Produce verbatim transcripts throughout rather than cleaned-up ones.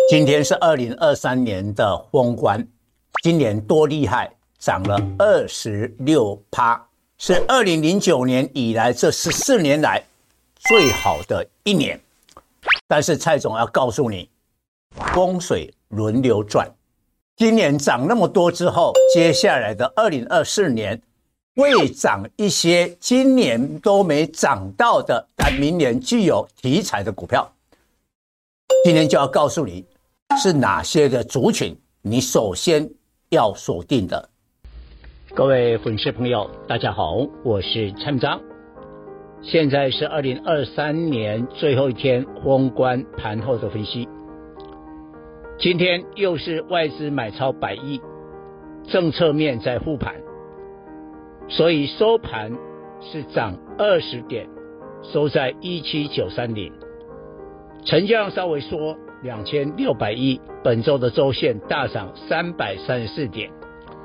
今天是二零二三年的封关，今年多厉害，涨了二十六趴，是二零零九年以来这十四年来最好的一年。但是蔡总要告诉你，风水轮流转，今年涨那么多之后，接下来的二零二四年会涨一些今年都没涨到的，但明年具有题材的股票。今天就要告诉你是哪些的族群，你首先要锁定的。 各位粉丝朋友，大家好，我是蔡明彰。现在是二零二三年最后一天封关盘后的分析。今天又是外资买超百亿，政策面在护盘，所以收盘是涨二十点，收在一七九三零。成交量稍微缩两千六百亿，本周的周线大涨三百三十四点。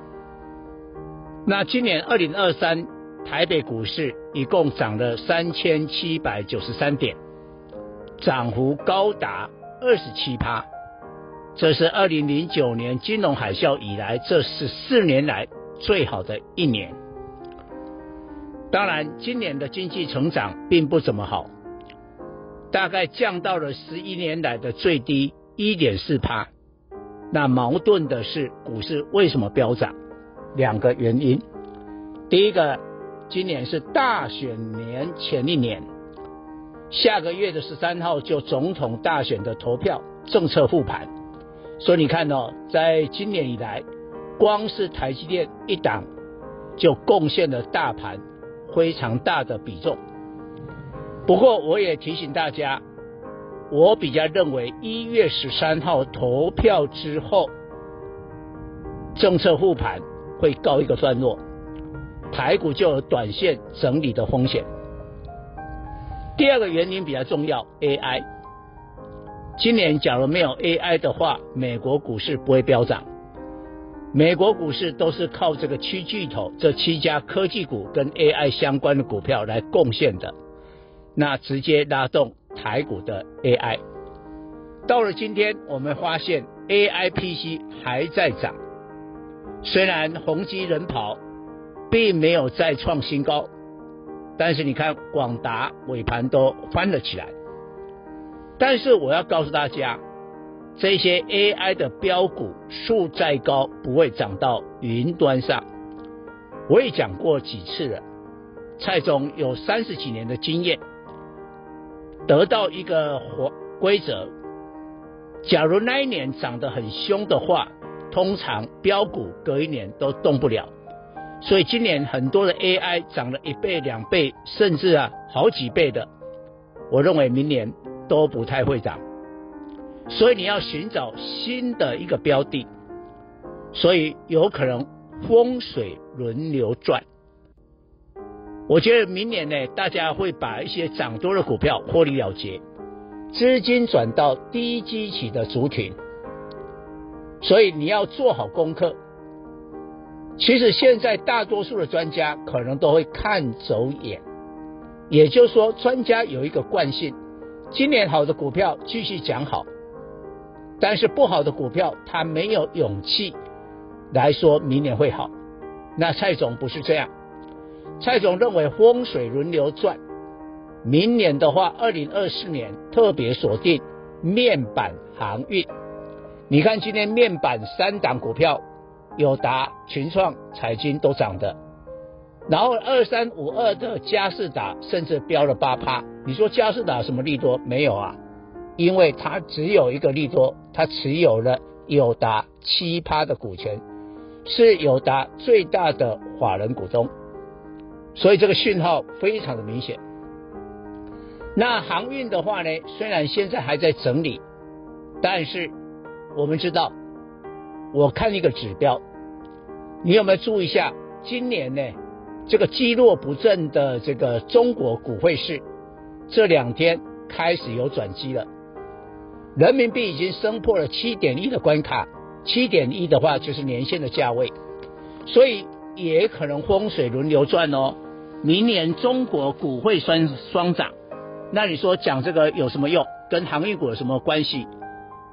那今年二零二三台北股市一共涨了三千七百九十三点，涨幅高达二十七趴，这是二零零九年金融海啸以来这十四年来最好的一年。当然，今年的经济成长并不怎么好，大概降到了十一年来的最低 一点四趴。那矛盾的是，股市为什么飙涨？两个原因。第一个，今年是大选年前一年，下个月的十三号就总统大选的投票，政策复盘。所以你看哦，在今年以来，光是台积电一档就贡献了大盘非常大的比重。不过我也提醒大家，我比较认为一月十三号投票之后，政策复盘会告一个段落，台股就有短线整理的风险。第二个原因比较重要 ，A I。今年假如没有 A I 的话，美国股市不会飙涨。美国股市都是靠这个七巨头，这七家科技股跟 A I 相关的股票来贡献的，那直接拉动台股的 A I。到了今天，我们发现 A I P C 还在涨，虽然宏基人跑并没有再创新高，但是你看广达尾盘都翻了起来。但是我要告诉大家，这些 A I 的标股数再高不会涨到云端上。我也讲过几次了，蔡总有三十几年的经验，得到一个规则，假如那一年涨得很凶的话，通常标股隔一年都动不了。所以今年很多的 A I 涨了一倍两倍甚至啊好几倍的，我认为明年都不太会涨。所以你要寻找新的一个标的，所以有可能风水轮流转。我觉得明年呢，大家会把一些涨多的股票获利了结，资金转到低基期的族群，所以你要做好功课。其实现在大多数的专家可能都会看走眼，也就是说专家有一个惯性，今年好的股票继续讲好，但是不好的股票他没有勇气来说明年会好。那蔡总不是这样，蔡总认为风水轮流转，明年的话二零二四年特别锁定面板航运。你看今天面板三档股票，友达、群创、彩晶都涨的，然后二三五二的佳世达甚至飙了 百分之八。 你说佳世达什么利多？没有啊，因为它只有一个利多，它持有了友达 百分之七 的股权，是友达最大的法人股东，所以这个讯号非常的明显。那航运的话呢，虽然现在还在整理，但是我们知道，我看一个指标，你有没有注意一下，今年呢这个积弱不振的这个中国股汇市这两天开始有转机了，人民币已经升破了 七点一 的关卡， 七点一 的话就是年线的价位，所以也可能风水轮流转哦。明年中国股汇双双涨，那你说讲这个有什么用？跟航运股有什么关系？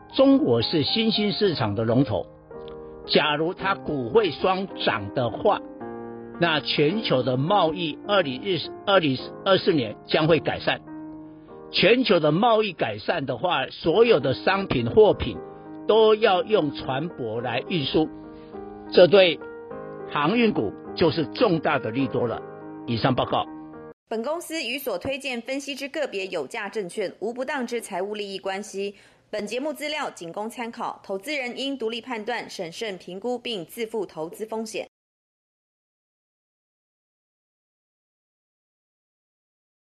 中国是新兴市场的龙头，假如它股汇双涨的话，那全球的贸易二零二四年将会改善。全球的贸易改善的话，所有的商品货品都要用船舶来运输，这对航运股就是重大的利多了。以上报告。 本公司与所推荐分析之个别有价证券无不当之财务利益关系。本节目资料仅供参考，投资人应独立判断、审慎评估并自负投资风险。